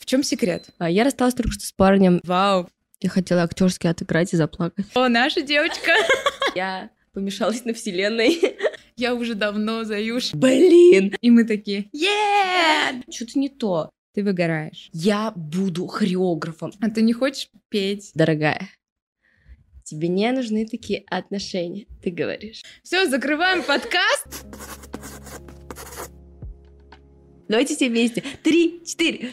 В чем секрет? Я рассталась только что с парнем. Вау. Я хотела актерски отыграть и заплакать. О, наша девочка. Я помешалась на вселенной. Я уже давно заюш. Блин! И мы такие, Что-то не то. Ты выгораешь. Я буду хореографом. А ты не хочешь петь? Дорогая, тебе не нужны такие отношения, ты говоришь. Все, закрываем подкаст. Давайте все вместе. 3, 4.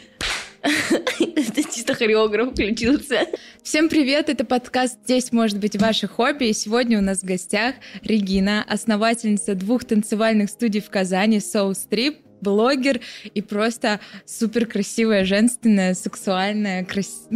Это чисто хореограф включился. Всем привет, это подкаст «Здесь может быть ваше хобби». И сегодня у нас в гостях Регина, основательница 2 танцевальных студий в Казани «Soul Strip», блогер и просто супер красивая, женственная, сексуальная,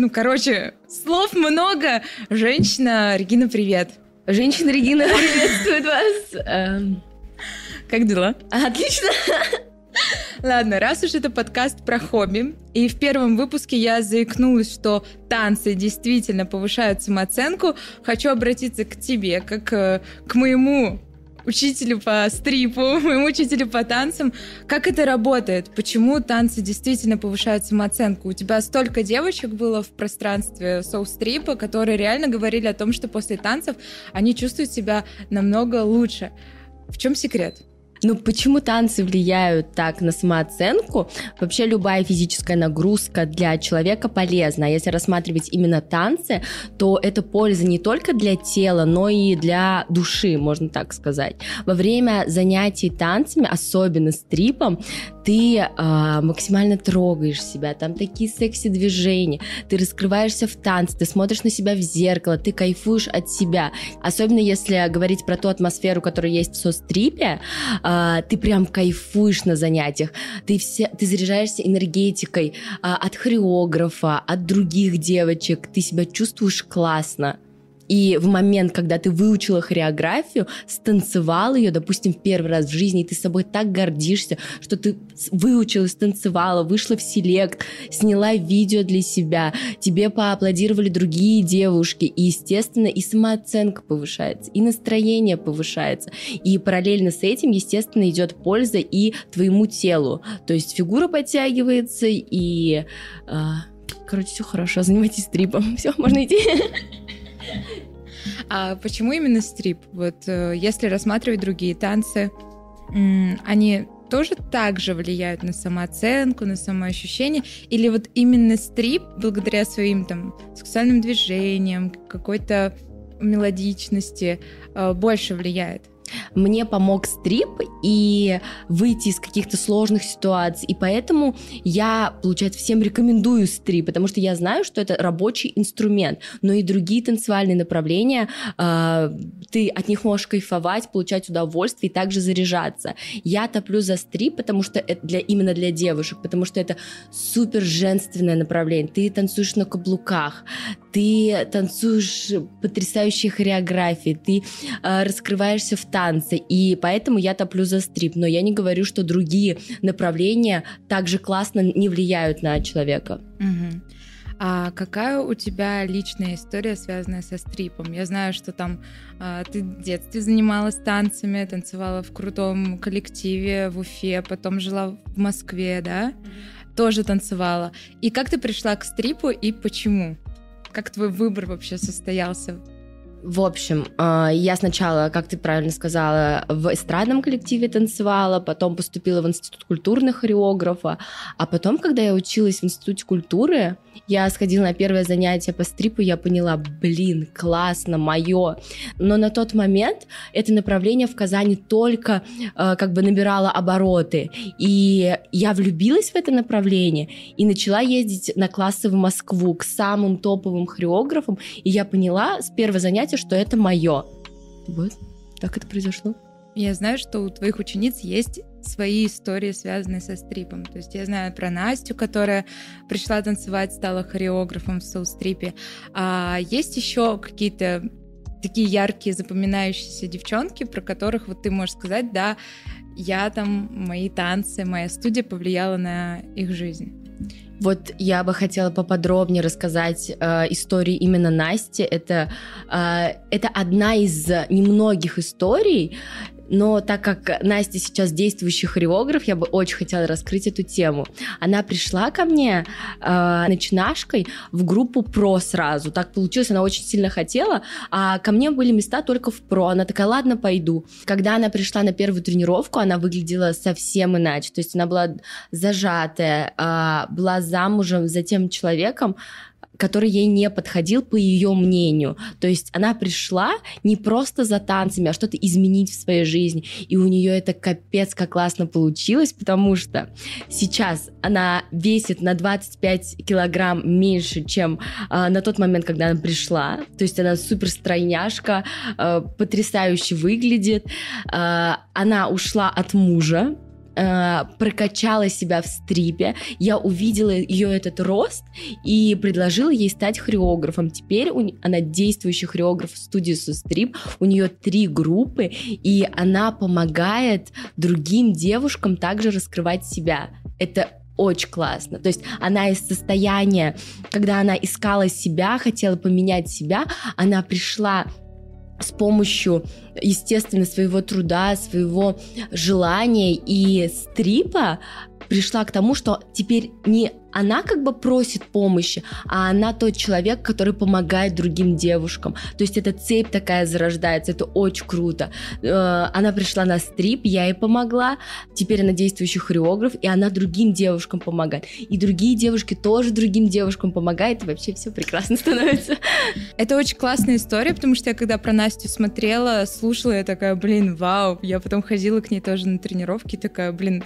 слов много. Женщина. Регина, привет. Женщина Регина приветствует вас. Как дела? Отлично. Ладно, раз уж это подкаст про хобби, и в первом выпуске я заикнулась, что танцы действительно повышают самооценку, хочу обратиться к тебе, как к моему учителю по стрипу, моему учителю по танцам. Как это работает? Почему танцы действительно повышают самооценку? У тебя столько девочек было в пространстве соу-стрипа, которые реально говорили о том, что после танцев они чувствуют себя намного лучше. В чем секрет? Ну, почему танцы влияют так на самооценку? Вообще любая физическая нагрузка для человека полезна. А если рассматривать именно танцы, то это польза не только для тела, но и для души, можно так сказать. Во время занятий танцами, особенно стрипом, ты максимально трогаешь себя, там такие секси-движения, ты раскрываешься в танце, ты смотришь на себя в зеркало, ты кайфуешь от себя. Особенно если говорить про ту атмосферу, которая есть в соу-стрипе, ты прям кайфуешь на занятиях, ты заряжаешься энергетикой от хореографа, от других девочек, ты себя чувствуешь классно. И в момент, когда ты выучила хореографию, станцевала ее, допустим, в первый раз в жизни, и ты собой так гордишься, что ты выучила, станцевала, вышла в селект, сняла видео для себя, тебе поаплодировали другие девушки, и, естественно, и самооценка повышается, и настроение повышается, и параллельно с этим, естественно, идет польза и твоему телу, то есть фигура подтягивается, и, все хорошо, занимайтесь стрипом, все, можно идти. А почему именно стрип? Вот если рассматривать другие танцы, они тоже так же влияют на самооценку, на самоощущение? Или вот именно стрип, благодаря своим там сексуальным движениям, какой-то мелодичности, больше влияет? Мне помог стрип и выйти из каких-то сложных ситуаций, и поэтому я, получается, всем рекомендую стрип, потому что я знаю, что это рабочий инструмент, но и другие танцевальные направления, ты от них можешь кайфовать, получать удовольствие и также заряжаться. Я топлю за стрип, потому что это именно для девушек, потому что это супер женственное направление, ты танцуешь на каблуках, ты танцуешь потрясающие хореографии, ты раскрываешься в танце, и поэтому я топлю за стрип, но я не говорю, что другие направления также классно не влияют на человека. Угу. А какая у тебя личная история, связанная со стрипом? Я знаю, что там ты в детстве занималась танцами, танцевала в крутом коллективе в Уфе, потом жила в Москве, да? Тоже танцевала. И как ты пришла к стрипу и почему? Как твой выбор вообще состоялся? В общем, я сначала, как ты правильно сказала, в эстрадном коллективе танцевала, потом поступила в Институт культурных хореографа, а потом, когда я училась в Институте культуры, я сходила на первое занятие по стрипу, я поняла, классно, мое. Но на тот момент это направление в Казани только набирало обороты, и я влюбилась в это направление и начала ездить на классы в Москву к самым топовым хореографам, и я поняла с первого занятия, что это мое. Вот, так это произошло. Я знаю, что у твоих учениц есть свои истории, связанные со стрипом. То есть я знаю про Настю, которая пришла танцевать, стала хореографом в соу-стрипе. А есть еще какие-то такие яркие, запоминающиеся девчонки, про которых вот ты можешь сказать, да, мои танцы, моя студия повлияла на их жизнь? Вот я бы хотела поподробнее рассказать историю именно Насти. Это одна из немногих историй, Но так как Настя сейчас действующий хореограф, я бы очень хотела раскрыть эту тему. Она пришла ко мне начинашкой в группу про сразу. Так получилось, она очень сильно хотела, а ко мне были места только в про. Она такая, ладно, пойду. Когда она пришла на первую тренировку, она выглядела совсем иначе. То есть она была зажатая, была замужем за тем человеком, который ей не подходил, по ее мнению. То есть она пришла не просто за танцами, а что-то изменить в своей жизни. И у нее это капец как классно получилось, потому что сейчас она весит на 25 килограмм меньше, чем на тот момент, когда она пришла. То есть она супер стройняшка, потрясающе выглядит. Она ушла от мужа, прокачала себя в стрипе, я увидела ее этот рост и предложила ей стать хореографом. Теперь она действующий хореограф в студии Сустрип, у нее 3 группы, и она помогает другим девушкам также раскрывать себя. Это очень классно. То есть она из состояния, когда она искала себя, хотела поменять себя, она пришла с помощью, естественно, своего труда, своего желания и стрипа пришла к тому, что теперь не она как бы просит помощи, а она тот человек, который помогает другим девушкам. То есть эта цепь такая зарождается, это очень круто. Она пришла на стрип, я ей помогла, теперь она действующий хореограф, и она другим девушкам помогает. И другие девушки тоже другим девушкам помогают, и вообще все прекрасно становится. Это очень классная история, потому что я когда про Настю смотрела, слушала, я такая, блин, вау. Я потом ходила к ней тоже на тренировки, такая, блин,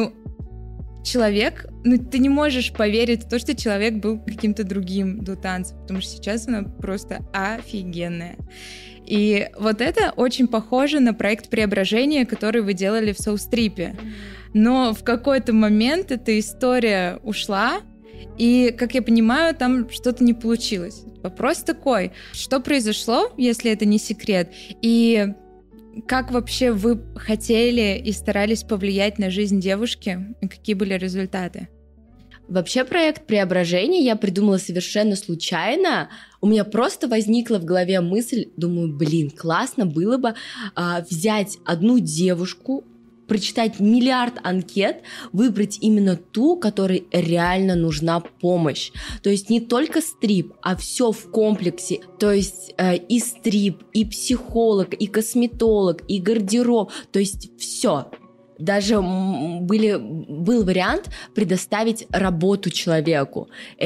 человек, ты не можешь поверить в то, что человек был каким-то другим до танцев, потому что сейчас она просто офигенная. И вот это очень похоже на проект преображения, который вы делали в Соустрипе. Но в какой-то момент эта история ушла, и, как я понимаю, там что-то не получилось. Вопрос такой, что произошло, если это не секрет, и как вообще вы хотели и старались повлиять на жизнь девушки, и какие были результаты? Вообще проект преображения я придумала совершенно случайно. У меня просто возникла в голове мысль, думаю, классно было бы взять одну девушку, прочитать миллиард анкет, выбрать именно ту, которой реально нужна помощь. То есть не только стрип, а все в комплексе. То есть и стрип, и психолог, и косметолог, и гардероб. То есть все. Даже был вариант предоставить работу человеку.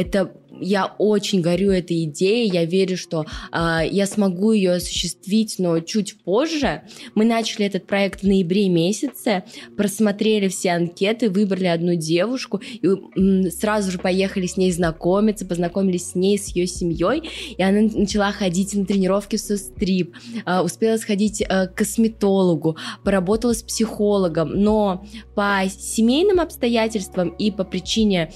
Я очень горю этой идеей, я верю, что я смогу ее осуществить, но чуть позже. Мы начали этот проект в ноябре месяце, просмотрели все анкеты, выбрали одну девушку, и сразу же поехали с ней знакомиться, познакомились с ней, с ее семьей, и она начала ходить на тренировки в Сустрип, успела сходить к косметологу, поработала с психологом, но по семейным обстоятельствам и по причине,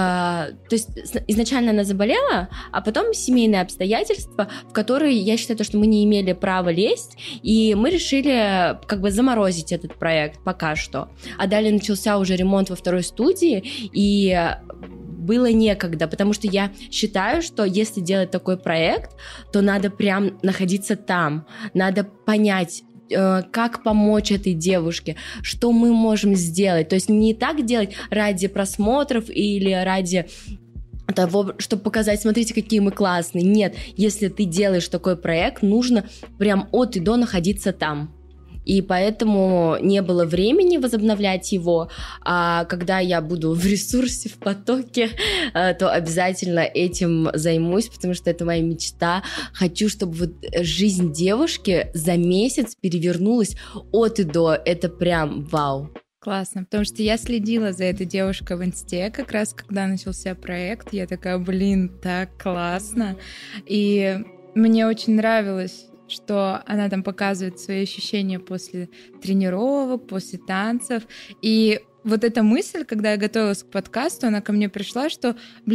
то есть изначально она заболела, а потом семейные обстоятельства, в которые я считаю, что мы не имели права лезть, и мы решили как бы заморозить этот проект пока что. А далее начался уже ремонт во второй студии, и было некогда, потому что я считаю, что если делать такой проект, то надо прям находиться там, надо понять, как помочь этой девушке, что мы можем сделать. То есть не так делать ради просмотров или ради того, чтобы показать, смотрите, какие мы классные. Нет, если ты делаешь такой проект, нужно прям от и до находиться там. И поэтому не было времени возобновлять его, а когда я буду в ресурсе, в потоке, то обязательно этим займусь, потому что это моя мечта. Хочу, чтобы вот жизнь девушки за месяц перевернулась от и до. Это прям вау. Классно, потому что я следила за этой девушкой в инсте, как раз когда начался проект. Я такая, так классно. И мне очень нравилось, что она там показывает свои ощущения после тренировок, после танцев. И вот эта мысль, когда я готовилась к подкасту, она ко мне пришла, что,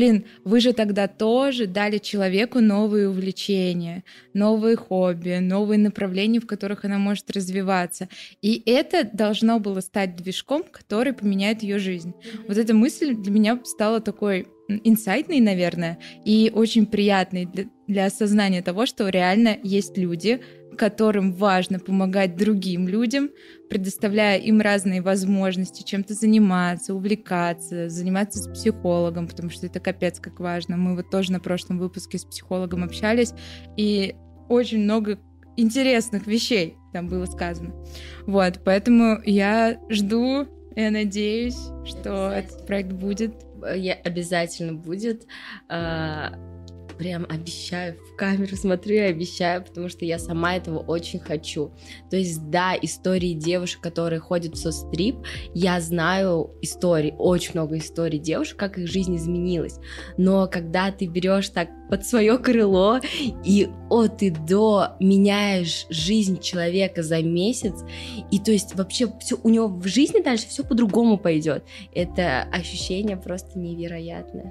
вы же тогда тоже дали человеку новые увлечения, новые хобби, новые направления, в которых она может развиваться. И это должно было стать движком, который поменяет ее жизнь. Вот эта мысль для меня стала такой инсайтной, наверное, и очень приятной для осознания того, что реально есть люди, которым важно помогать другим людям, предоставляя им разные возможности чем-то заниматься, увлекаться, заниматься с психологом, потому что это капец как важно. Мы вот тоже на прошлом выпуске с психологом общались, и очень много интересных вещей там было сказано. Вот, поэтому я жду, я надеюсь, что этот проект будет. Обязательно будет. Прям обещаю, в камеру смотрю и обещаю, потому что я сама этого очень хочу. То есть, да, истории девушек, которые ходят в соцстрип, я знаю истории, очень много историй девушек, как их жизнь изменилась. Но когда ты берешь так под свое крыло и от и до меняешь жизнь человека за месяц, и то есть вообще все у него в жизни дальше все по-другому пойдет. Это ощущение просто невероятное.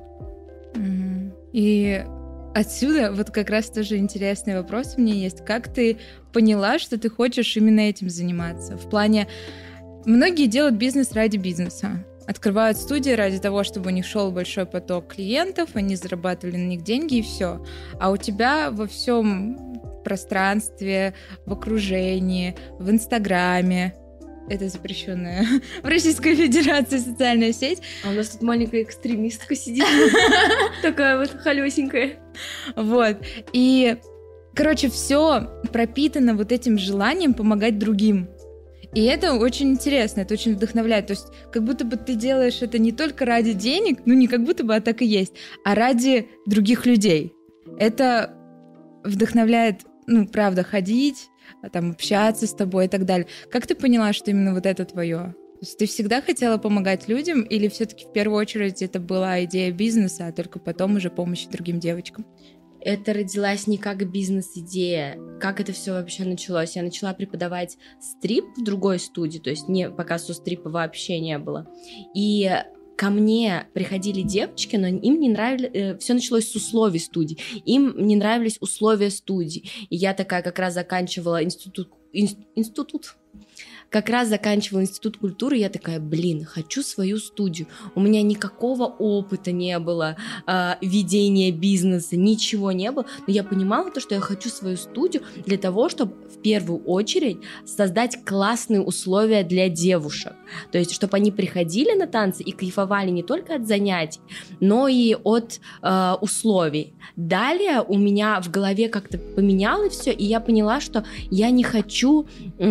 И отсюда вот как раз тоже интересный вопрос у меня есть. Как ты поняла, что ты хочешь именно этим заниматься? В плане, многие делают бизнес ради бизнеса. Открывают студии ради того, чтобы у них шел большой поток клиентов, они зарабатывали на них деньги и все. А у тебя во всем пространстве, в окружении, в Инстаграме, это запрещенная в Российской Федерации социальная сеть. А у нас тут маленькая экстремистка сидит. Такая вот холёсенькая. Вот. И, короче, все пропитано вот этим желанием помогать другим. И это очень интересно, это очень вдохновляет. То есть как будто бы ты делаешь это не только ради денег, ну не как будто бы, а так и есть, а ради других людей. Это вдохновляет, ну, правда, ходить, там, общаться с тобой и так далее. Как ты поняла, что именно вот это твое? То есть ты всегда хотела помогать людям, или все-таки в первую очередь это была идея бизнеса, а только потом уже помощи другим девочкам? Это родилась не как бизнес-идея. Как это все вообще началось? Я начала преподавать стрип в другой студии, то есть пока со-стрипа вообще не было. И ко мне приходили девочки, но им не нравились... Все началось с условий студии. Им не нравились условия студии. И я такая как раз заканчивала институт культуры, я такая, хочу свою студию. У меня никакого опыта не было, ведения бизнеса, ничего не было, но я понимала то, что я хочу свою студию для того, чтобы в первую очередь создать классные условия для девушек. То есть, чтобы они приходили на танцы и кайфовали не только от занятий, но и от условий. Далее у меня в голове как-то поменялось все, и я поняла, что я не хочу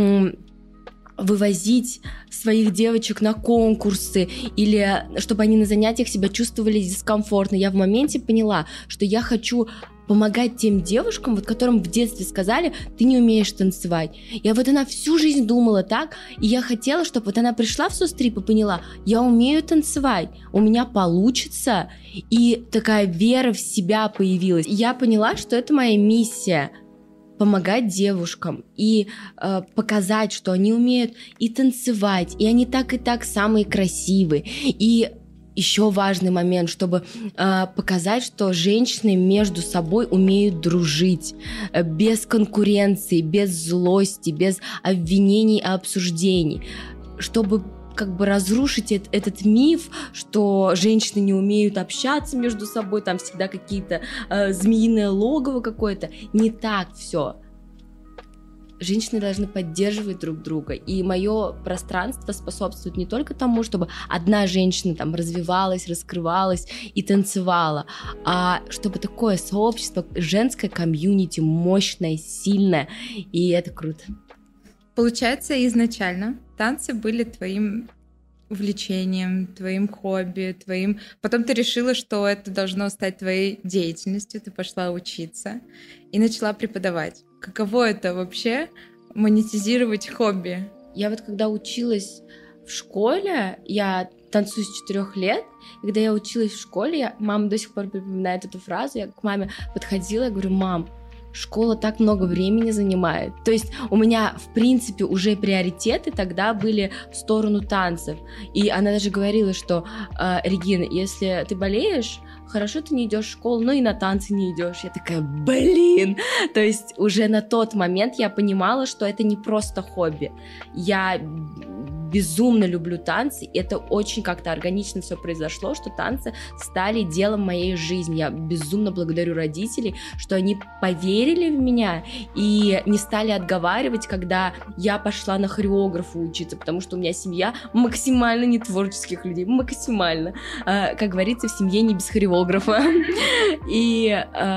вывозить своих девочек на конкурсы или чтобы они на занятиях себя чувствовали дискомфортно. Я в моменте поняла, что я хочу помогать тем девушкам, вот которым в детстве сказали, ты не умеешь танцевать. Она всю жизнь думала так, и я хотела, чтобы она пришла в со-стрип и поняла, я умею танцевать, у меня получится, и такая вера в себя появилась. И я поняла, что это моя миссия — помогать девушкам и показать, что они умеют и танцевать, и они так и так самые красивые. И еще важный момент, чтобы показать, что женщины между собой умеют дружить без конкуренции, без злости, без обвинений и обсуждений, чтобы разрушить этот миф, что женщины не умеют общаться между собой, там всегда какие-то змеиное логово какое-то. Не так все. Женщины должны поддерживать друг друга, и мое пространство способствует не только тому, чтобы одна женщина там развивалась, раскрывалась и танцевала, а чтобы такое сообщество, женское комьюнити мощное, сильное, и это круто. Получается, изначально танцы были твоим увлечением, твоим хобби, твоим... Потом ты решила, что это должно стать твоей деятельностью, ты пошла учиться и начала преподавать. Каково это вообще монетизировать хобби? Я когда училась в школе, я танцую с 4 лет, когда я училась в школе, мама до сих пор припоминает эту фразу, я к маме подходила, я говорю, мам, школа так много времени занимает. То есть у меня, в принципе, уже приоритеты тогда были в сторону танцев. И она даже говорила, что Регина, если ты болеешь, хорошо, ты не идешь в школу, но и на танцы не идешь. Я такая, То есть уже на тот момент я понимала, что это не просто хобби. Я безумно люблю танцы, и это очень как-то органично все произошло, что танцы стали делом моей жизни. Я безумно благодарю родителей, что они поверили в меня и не стали отговаривать, когда я пошла на хореографа учиться, потому что у меня семья максимально не творческих людей, максимально. Как говорится, в семье не без хореографа. И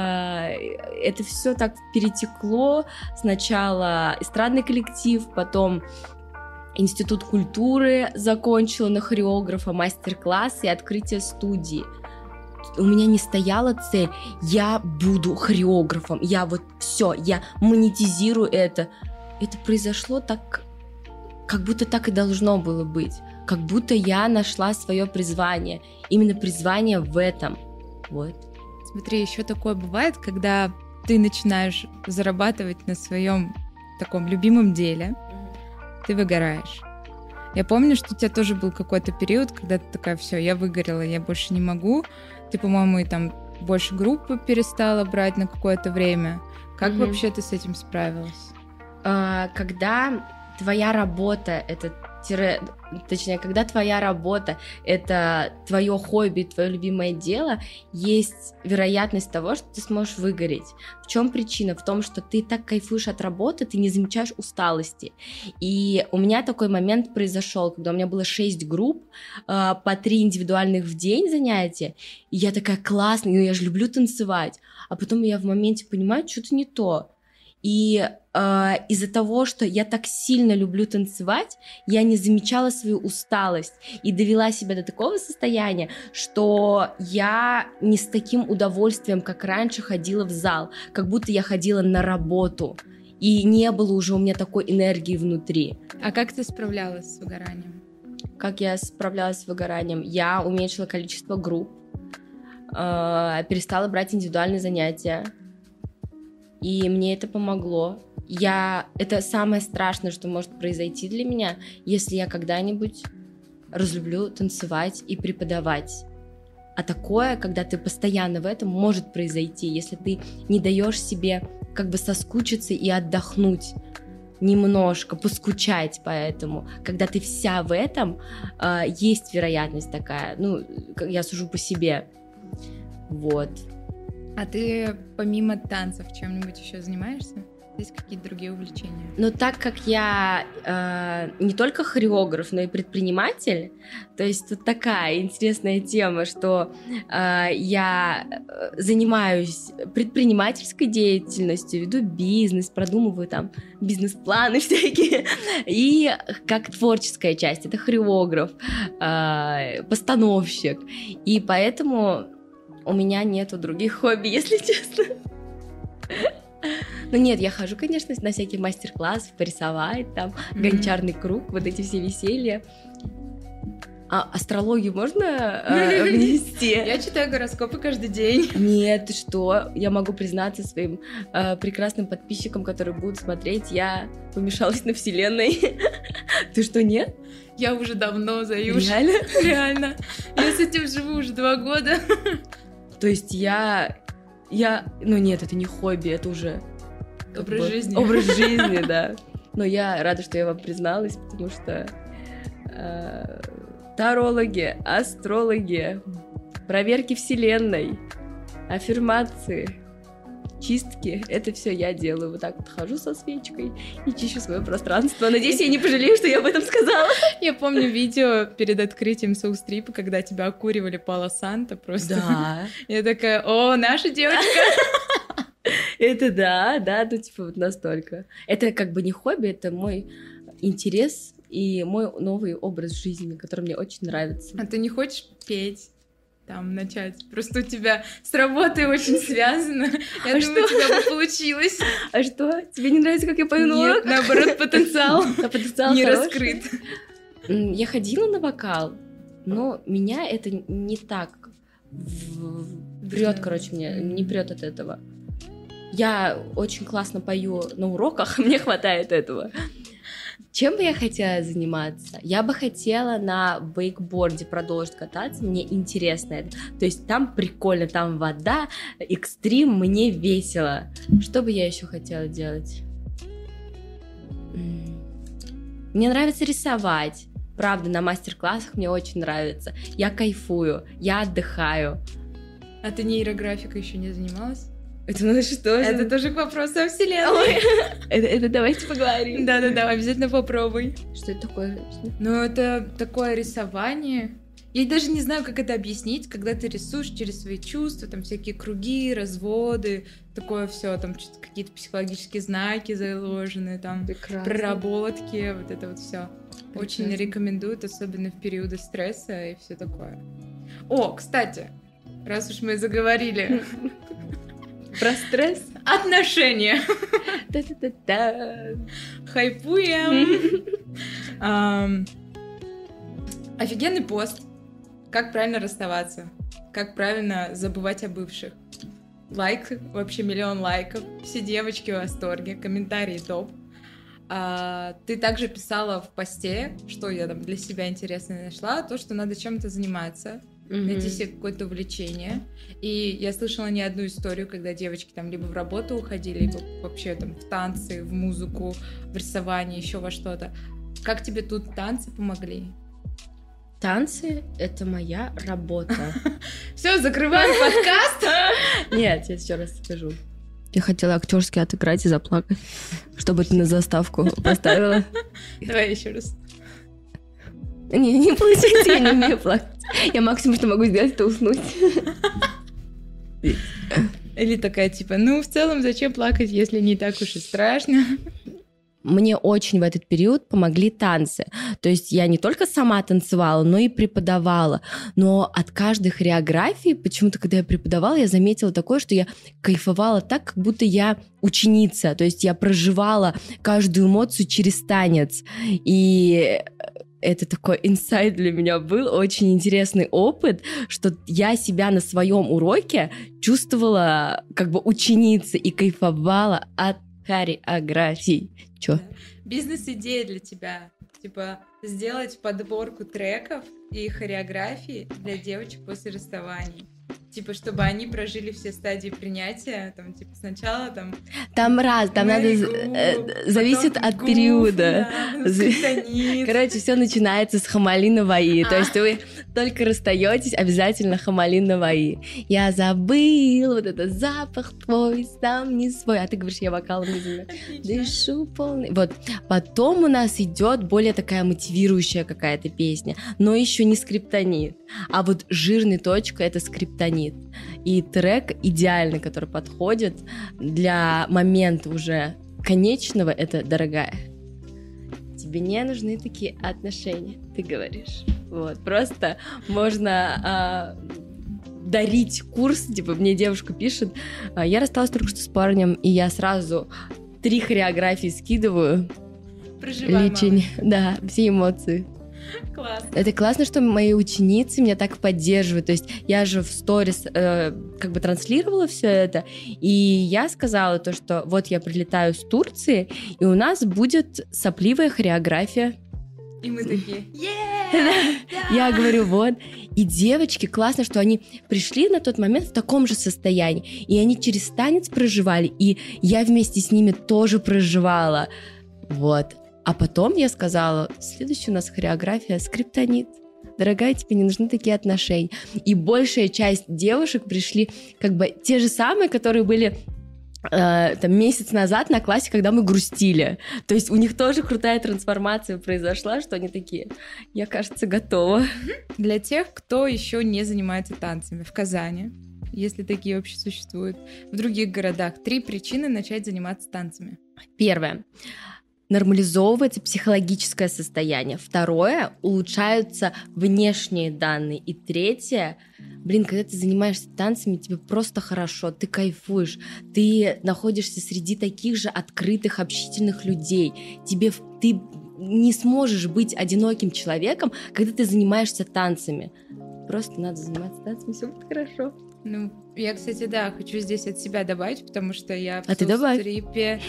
это все так перетекло. Сначала эстрадный коллектив, потом Институт культуры закончила на хореографа, мастер-класс и открытие студии. У меня не стояла цель, я буду хореографом, я вот все, я монетизирую это. Это произошло так, как будто так и должно было быть. Как будто я нашла свое призвание. Именно призвание в этом. Вот. Смотри, еще такое бывает, когда ты начинаешь зарабатывать на своем таком любимом деле, ты выгораешь. Я помню, что у тебя тоже был какой-то период, когда ты такая, все, я выгорела, я больше не могу. Ты, по-моему, и там больше группы перестала брать на какое-то время. Как вообще ты с этим справилась? Когда твоя работа когда твоя работа — это твое хобби, твое любимое дело, есть вероятность того, что ты сможешь выгореть. В чем причина? В том, что ты так кайфуешь от работы, ты не замечаешь усталости. И у меня такой момент произошел, когда у меня было 6 групп, по 3 индивидуальных в день занятия, и я такая классная, я же люблю танцевать. А потом я в моменте понимаю, что-то не то. И из-за того, что я так сильно люблю танцевать, я не замечала свою усталость и довела себя до такого состояния, что я не с таким удовольствием, как раньше, ходила в зал, как будто я ходила на работу, и не было уже у меня такой энергии внутри. А как ты справлялась с выгоранием? Как я справлялась с выгоранием? Я уменьшила количество групп, перестала брать индивидуальные занятия, и мне это помогло. Это самое страшное, что может произойти для меня, если я когда-нибудь разлюблю танцевать и преподавать. А такое, когда ты постоянно в этом, может произойти, если ты не даешь себе как бы соскучиться и отдохнуть немножко, поскучать по этому. Когда ты вся в этом, есть вероятность такая. Ну, я сужу по себе. Вот. А ты помимо танцев чем-нибудь еще занимаешься? Есть какие-то другие увлечения? Но так как я не только хореограф, но и предприниматель, то есть тут такая интересная тема, что я занимаюсь предпринимательской деятельностью, веду бизнес, продумываю там бизнес-планы всякие, и как творческая часть, это хореограф, постановщик, и поэтому у меня нету других хобби, если честно. Ну нет, я хожу, конечно, на всякие мастер-классы, порисовать, там, гончарный круг, вот эти все веселья. А астрологию можно внести? Я читаю гороскопы каждый день. Нет, ты что? Я могу признаться своим прекрасным подписчикам, которые будут смотреть, я помешалась на вселенной. Ты что, нет? Я уже давно, Заюш. Реально? Реально. Я с этим живу уже 2 года. То есть ну нет, это не хобби, это уже... Образ жизни. Образ жизни, да. Но я рада, что я вам призналась, потому что тарологи, астрологи, проверки вселенной, аффирмации, чистки, это все я делаю. Вот так вот хожу со свечкой и чищу свое пространство. Надеюсь, я не пожалею, что я об этом сказала. Я помню видео перед открытием соустрипа, когда тебя окуривали Пало Санто просто. Да. Я такая, о, наша девочка. Это да, ну типа вот настолько. Это как бы не хобби, это мой интерес и мой новый образ жизни, который мне очень нравится. А ты не хочешь петь? Там начать. Просто у тебя с работой очень связано. Я думаю, у тебя бы получилось. А что? Тебе не нравится, как я пою на уроках? Нет, наоборот, потенциал не раскрыт. Я ходила на вокал, но меня это не так прет, короче, мне не прет от этого. Я очень классно пою на уроках, мне хватает этого. Чем бы я хотела заниматься? Я бы хотела на вейкборде продолжить кататься, мне интересно это. То есть там прикольно, там вода, экстрим, мне весело. Что бы я еще хотела делать? Мне нравится рисовать. правда, на мастер-классах мне очень нравится. Я кайфую, я отдыхаю. А ты нейрографикой еще не занималась? Это ну что? Это тоже к вопросу о вселенной. Это давайте поговорим. Да, обязательно попробуй. Что это такое? Ну, это такое рисование. Я даже не знаю, как это объяснить, когда ты рисуешь через свои чувства, там всякие круги, разводы, такое все, там какие-то психологические знаки заложены, там проработки, вот это вот все. Очень рекомендуют, особенно в периоды стресса и все такое. О, кстати, раз уж мы заговорили про стресс, отношения. Хайпуем. Офигенный пост. Как правильно расставаться? Как правильно забывать о бывших? Лайк, вообще 1 000 000 лайков. Все девочки в восторге. Комментарии топ. Ты также писала в посте, что я там для себя интересное нашла, то, что надо чем-то заниматься, найти себе какое-то увлечение. И я слышала не одну историю, когда девочки там либо в работу уходили, либо вообще там в танцы, в музыку, в рисование, еще во что-то. Как тебе тут танцы помогли? Танцы — это моя работа. Все, закрываем подкаст. Нет, я еще раз скажу. Я хотела актерски отыграть и заплакать, чтобы ты на заставку поставила. Давай еще раз. Не получается, я не умею плакать. Я максимум, что могу сделать, это уснуть. Или такая типа, ну, в целом, зачем плакать, если не так уж и страшно? Мне очень в этот период помогли танцы. То есть я не только сама танцевала, но и преподавала. Но от каждой хореографии, почему-то, когда я преподавала, я заметила такое, что я кайфовала так, как будто я ученица. То есть я проживала каждую эмоцию через танец. И это такой инсайт для меня был, очень интересный опыт, что я себя на своем уроке чувствовала как бы ученицей и кайфовала от хореографий. Чё? Бизнес-идея для тебя. Типа, сделать подборку треков и хореографий для девочек после расставаний. Типа, чтобы они прожили все стадии принятия. Там, типа, сначала там... Там надо... зависит от периода. Короче, все начинается с Хамали Наваи. То есть вы только расстаетесь, обязательно Хамали Наваи. Я забыл вот этот запах твой, сам не свой. А ты говоришь, я вокалом не знаю. Дышу полный. Вот. Потом у нас идет более такая мотивирующая какая-то песня, но еще не скриптонит. А вот жирный точка — это скриптонит. И трек идеальный, который подходит для момента уже конечного, это «Дорогая, тебе не нужны такие отношения», ты говоришь. Вот, просто можно дарить курс, типа мне девушка пишет, я рассталась только что с парнем, и я сразу 3 хореографии скидываю. Проживай, да, все эмоции. Классно. Это классно, что мои ученицы меня так поддерживают. То есть я же в сторис как бы транслировала все это, и я сказала то, что вот я прилетаю с Турции, и у нас будет сопливая хореография. И мы такие, я говорю, вот. И девочки, классно, что они пришли на тот момент в таком же состоянии, и они через танец проживали, и я вместе с ними тоже проживала. Вот. А потом я сказала, следующая у нас хореография «Скриптонит». Дорогая, тебе не нужны такие отношения. И большая часть девушек пришли как бы те же самые, которые были там, месяц назад на классе, когда мы грустили. То есть у них тоже крутая трансформация произошла, что они такие, я, кажется, готова. Для тех, кто еще не занимается танцами в Казани, если такие вообще существуют, в других городах, 3 причины начать заниматься танцами. Первое. Нормализовывается психологическое состояние. Второе, улучшаются внешние данные. И третье, когда ты занимаешься танцами, тебе просто хорошо, ты кайфуешь, ты находишься среди таких же открытых, общительных людей. Ты не сможешь быть одиноким человеком, когда ты занимаешься танцами. Просто надо заниматься танцами, все будет хорошо. Ну, я, кстати, да, хочу здесь от себя добавить, потому что я в соцстрипе...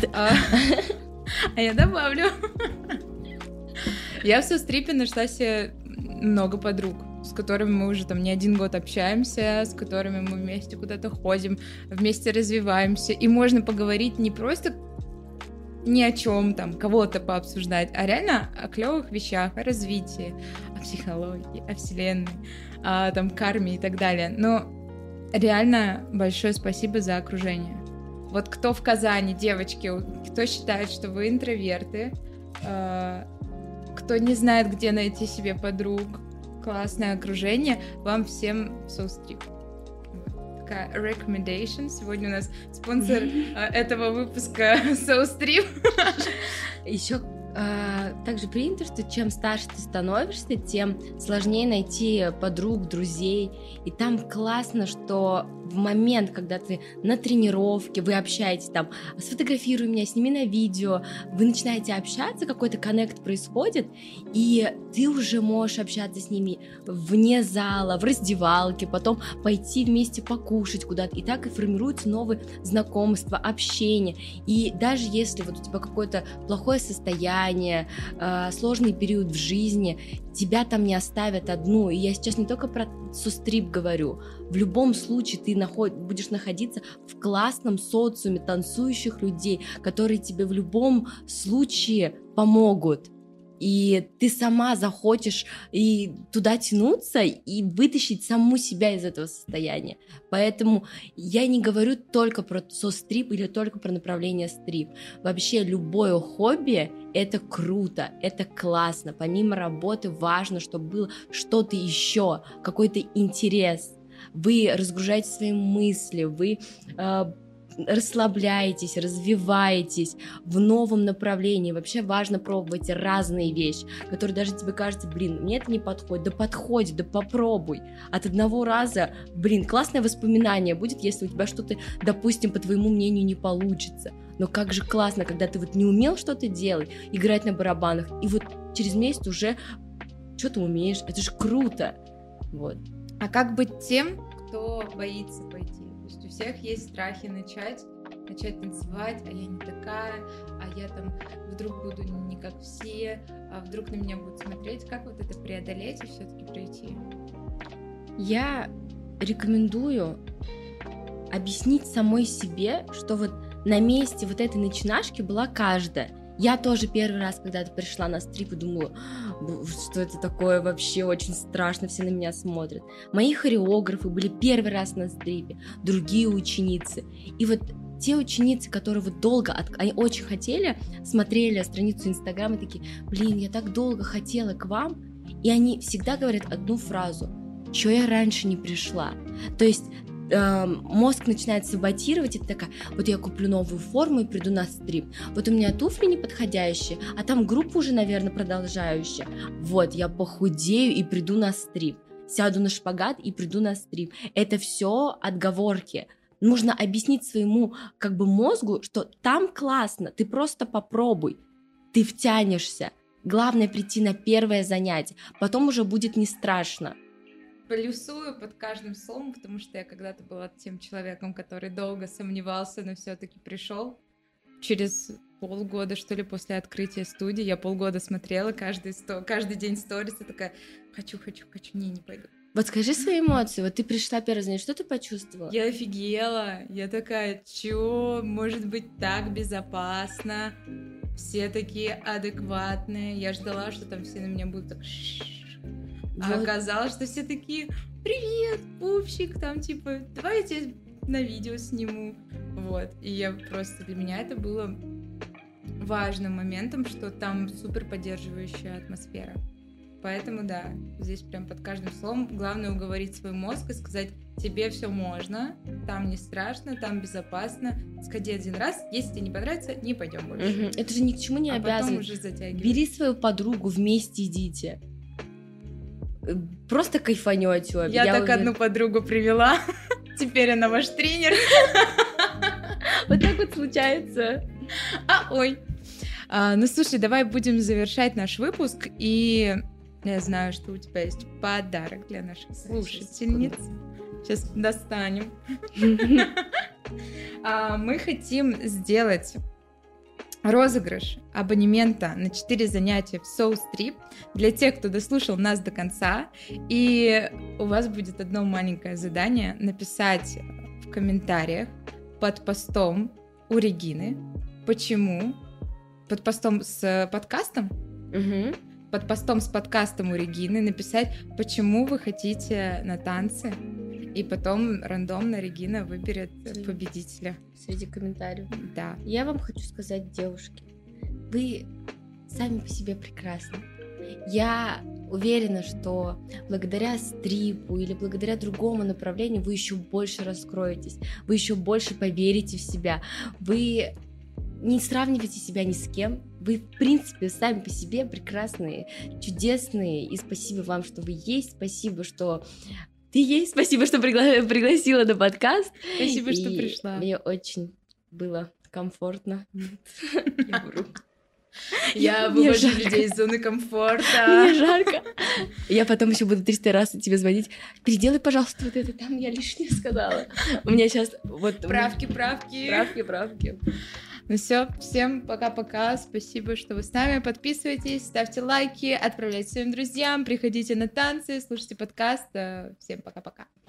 А я добавлю. Я в соцстрипе нашла себе много подруг, с которыми мы уже там не 1 год общаемся, с которыми мы вместе куда-то ходим, вместе развиваемся. И можно поговорить не просто ни о чем там, кого-то пообсуждать, а реально о клевых вещах, о развитии, о психологии, о вселенной, о там карме и так далее. Но реально большое спасибо за окружение. Вот кто в Казани, девочки, кто считает, что вы интроверты, кто не знает, где найти себе подруг, классное окружение, вам всем SoStrip. Такая recommendation. Сегодня у нас спонсор этого выпуска SoStrip. Еще также принято, что чем старше ты становишься, тем сложнее найти подруг, друзей. И там классно, что в момент, когда ты на тренировке, вы общаетесь там, сфотографируй меня, сними на видео, вы начинаете общаться, какой-то коннект происходит, и ты уже можешь общаться с ними вне зала, в раздевалке, потом пойти вместе покушать куда-то, и так и формируются новые знакомства, общение. И даже если вот у тебя какое-то плохое состояние, сложный период в жизни, тебя там не оставят одну. И я сейчас не только про SoStrip говорю. В любом случае ты будешь находиться в классном социуме танцующих людей, которые тебе в любом случае помогут. И ты сама захочешь и туда тянуться, и вытащить саму себя из этого состояния. Поэтому я не говорю только про SoStrip или только про направление стрип. Вообще любое хобби — это круто, это классно. Помимо работы важно, чтобы было что-то еще, какой-то интерес. Вы разгружаете свои мысли, вы расслабляетесь, развиваетесь в новом направлении. Вообще важно пробовать разные вещи, которые даже тебе кажется, мне это не подходит. Да подходит, да попробуй. От одного раза, классное воспоминание будет, если у тебя что-то, допустим, по твоему мнению не получится. Но как же классно, когда ты вот не умел что-то делать, играть на барабанах, и вот через месяц уже что-то умеешь. Это же круто. Вот. А как быть тем, кто боится пойти? То есть у всех есть страхи начать танцевать, а я не такая, а я там вдруг буду не как все, а вдруг на меня будут смотреть. Как вот это преодолеть и все-таки пройти? Я рекомендую объяснить самой себе, что вот на месте вот этой начинашки была каждая. Я тоже первый раз когда-то пришла на стрип и думала, что это такое вообще, очень страшно, все на меня смотрят. Мои хореографы были первый раз на стрипе, другие ученицы. И вот те ученицы, которые вот долго, они очень хотели, смотрели страницу Инстаграма и такие, я так долго хотела к вам, и они всегда говорят одну фразу, что я раньше не пришла. То есть мозг начинает саботировать, и ты такая, вот я куплю новую форму и приду на стрип, вот у меня туфли неподходящие, а там группа уже, наверное, продолжающая, вот я похудею и приду на стрип, сяду на шпагат и приду на стрип. Это все отговорки. Нужно объяснить своему мозгу, что там классно, ты просто попробуй, ты втянешься, главное прийти на первое занятие, потом уже будет не страшно. Плюсую под каждым словом, потому что я когда-то была тем человеком, который долго сомневался, но все-таки пришел. Через полгода, что ли, после открытия студии, я полгода смотрела каждый день сторис, и такая, хочу, не пойду. Вот скажи свои эмоции, вот ты пришла первый день, что ты почувствовала? Я офигела, я такая, чё, может быть так безопасно, все такие адекватные, я ждала, что там все на меня будут так... А оказалось, что все такие, привет, пупсик, там типа, давай я тебя на видео сниму. Вот, и я просто, для меня это было важным моментом, что там супер поддерживающая атмосфера. Поэтому да, здесь прям под каждым словом главное уговорить свой мозг и сказать, тебе все можно, там не страшно, там безопасно, сходи один раз, если тебе не понравится, не пойдем больше. Это же ни к чему не обязан. Потом уже затягивай. Бери свою подругу, вместе идите. Просто кайфанете обе. Я так одну подругу привела, теперь она ваш тренер. Вот так вот случается. Ой. Ну, слушай, давай будем завершать наш выпуск, и я знаю, что у тебя есть подарок для наших слушательниц. Сейчас достанем. Мы хотим сделать розыгрыш абонемента на 4 занятия в SoStrip для тех, кто дослушал нас до конца. И у вас будет одно маленькое задание: написать в комментариях под постом у Регины, почему под постом с подкастом, под постом с подкастом у Регины написать, почему вы хотите на танцы, и потом рандомно Регина выберет победителя. Среди комментариев. Да. Я вам хочу сказать, девушки, вы сами по себе прекрасны. Я уверена, что благодаря стрипу или благодаря другому направлению вы еще больше раскроетесь, вы еще больше поверите в себя, вы не сравнивайте себя ни с кем, вы, в принципе, сами по себе прекрасные, чудесные, и спасибо вам, что вы есть, спасибо, что ты есть, спасибо, что пригласила на подкаст. Спасибо, что пришла. Мне очень было комфортно. Я вру. Я вывожу людей из зоны комфорта. Мне жарко. Я потом еще буду 300 раз тебе звонить. Переделай, пожалуйста, вот это там, я лишнее сказала. У меня сейчас вот... Правки. Правки. Ну все, всем пока-пока. Спасибо, что вы с нами. Подписывайтесь, ставьте лайки, отправляйте своим друзьям, приходите на танцы, слушайте подкаст. Всем пока-пока.